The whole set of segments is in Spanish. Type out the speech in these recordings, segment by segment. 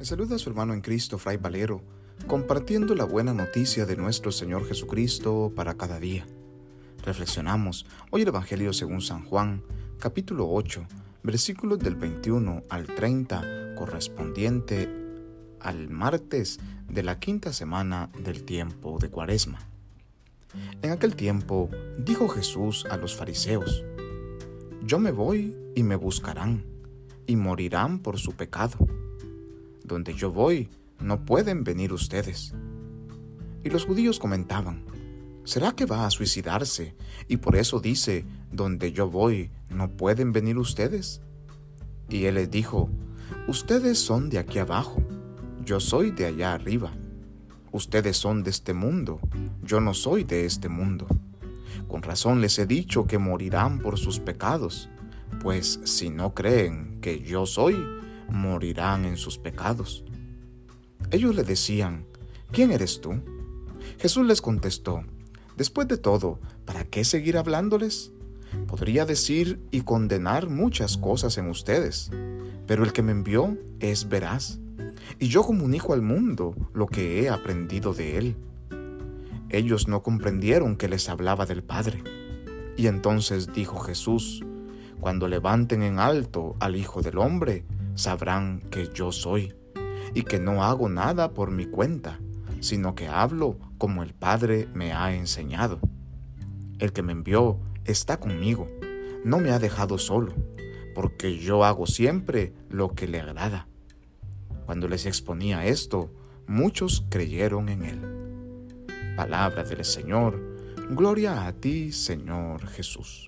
Le saluda a su hermano en Cristo, Fray Valero, compartiendo la buena noticia de nuestro Señor Jesucristo para cada día. Reflexionamos hoy el Evangelio según San Juan, capítulo 8, versículos del 21 al 30, correspondiente al martes de la quinta semana del tiempo de Cuaresma. En aquel tiempo dijo Jesús a los fariseos: Yo me voy y me buscarán, y morirán por su pecado. Donde yo voy, no pueden venir ustedes. Y los judíos comentaban: ¿Será que va a suicidarse y por eso dice, donde yo voy, no pueden venir ustedes? Y él les dijo: Ustedes son de aquí abajo, yo soy de allá arriba. Ustedes son de este mundo, yo no soy de este mundo. Con razón les he dicho que morirán por sus pecados, pues si no creen que yo soy, morirán en sus pecados. Ellos le decían: ¿Quién eres tú? Jesús les contestó: Después de todo, ¿para qué seguir hablándoles? Podría decir y condenar muchas cosas en ustedes, pero el que me envió es veraz, y yo comunico al mundo lo que he aprendido de él. Ellos no comprendieron que les hablaba del Padre. Y entonces dijo Jesús: Cuando levanten en alto al Hijo del Hombre, sabrán que yo soy, y que no hago nada por mi cuenta, sino que hablo como el Padre me ha enseñado. El que me envió está conmigo, no me ha dejado solo, porque yo hago siempre lo que le agrada. Cuando les exponía esto, muchos creyeron en él. Palabra del Señor. Gloria a ti, Señor Jesús.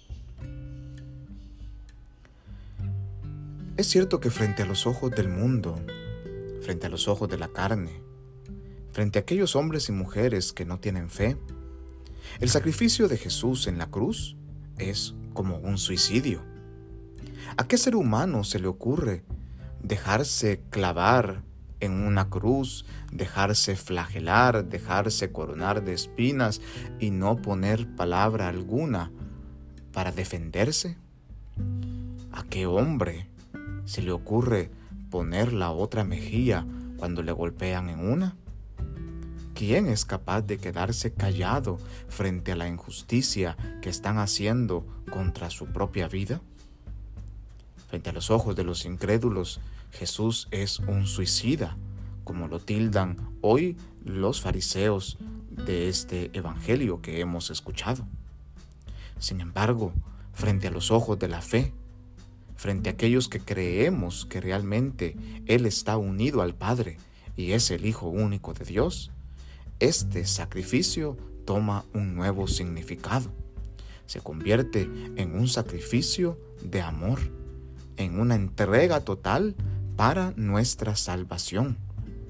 Es cierto que frente a los ojos del mundo, frente a los ojos de la carne, frente a aquellos hombres y mujeres que no tienen fe, el sacrificio de Jesús en la cruz es como un suicidio. ¿A qué ser humano se le ocurre dejarse clavar en una cruz, dejarse flagelar, dejarse coronar de espinas y no poner palabra alguna para defenderse? ¿A qué hombre se le ocurre poner la otra mejilla cuando le golpean en una? ¿Quién es capaz de quedarse callado frente a la injusticia que están haciendo contra su propia vida? Frente a los ojos de los incrédulos, Jesús es un suicida, como lo tildan hoy los fariseos de este evangelio que hemos escuchado. Sin embargo, frente a los ojos de la fe, frente a aquellos que creemos que realmente Él está unido al Padre y es el Hijo único de Dios, este sacrificio toma un nuevo significado. Se convierte en un sacrificio de amor, en una entrega total para nuestra salvación.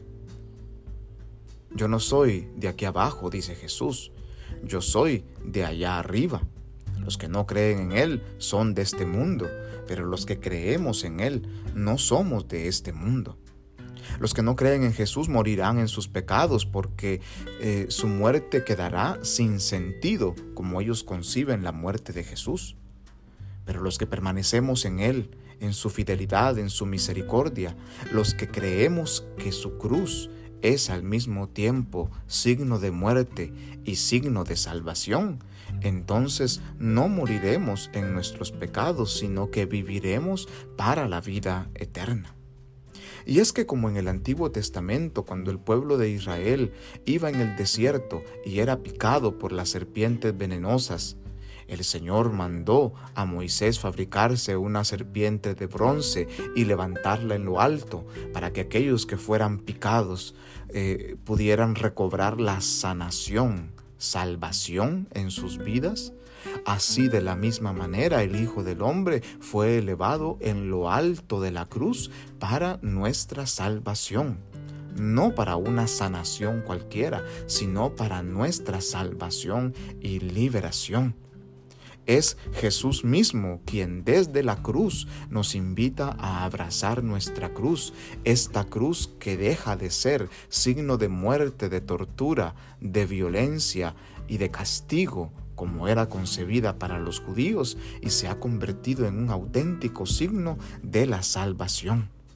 Yo no soy de aquí abajo, dice Jesús, yo soy de allá arriba. Los que no creen en Él son de este mundo, pero los que creemos en Él no somos de este mundo. Los que no creen en Jesús morirán en sus pecados porque su muerte quedará sin sentido, como ellos conciben la muerte de Jesús. Pero los que permanecemos en Él, en su fidelidad, en su misericordia, los que creemos que su cruz es al mismo tiempo signo de muerte y signo de salvación, entonces no moriremos en nuestros pecados, sino que viviremos para la vida eterna. Y es que como en el Antiguo Testamento, cuando el pueblo de Israel iba en el desierto y era picado por las serpientes venenosas, el Señor mandó a Moisés fabricarse una serpiente de bronce y levantarla en lo alto para que aquellos que fueran picados pudieran recobrar la sanación, salvación en sus vidas. Así, de la misma manera, el Hijo del Hombre fue elevado en lo alto de la cruz para nuestra salvación. No para una sanación cualquiera, sino para nuestra salvación y liberación. Es Jesús mismo quien desde la cruz nos invita a abrazar nuestra cruz, esta cruz que deja de ser signo de muerte, de tortura, de violencia y de castigo, como era concebida para los judíos, y se ha convertido en un auténtico signo de la salvación.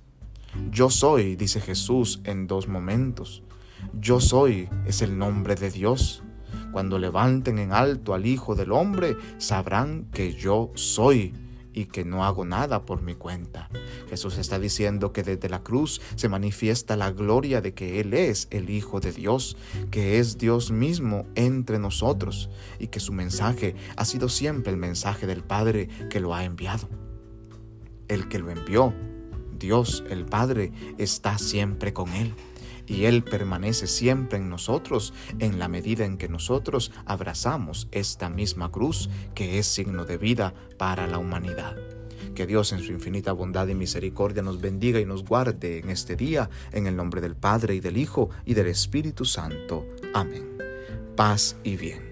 Yo soy, dice Jesús en 2 momentos. Yo soy es el nombre de Dios. Cuando levanten en alto al Hijo del Hombre, sabrán que yo soy y que no hago nada por mi cuenta. Jesús está diciendo que desde la cruz se manifiesta la gloria de que Él es el Hijo de Dios, que es Dios mismo entre nosotros y que su mensaje ha sido siempre el mensaje del Padre que lo ha enviado. El que lo envió, Dios el Padre, está siempre con Él. Y Él permanece siempre en nosotros en la medida en que nosotros abrazamos esta misma cruz que es signo de vida para la humanidad. Que Dios en su infinita bondad y misericordia nos bendiga y nos guarde en este día, en el nombre del Padre y del Hijo y del Espíritu Santo. Amén. Paz y bien.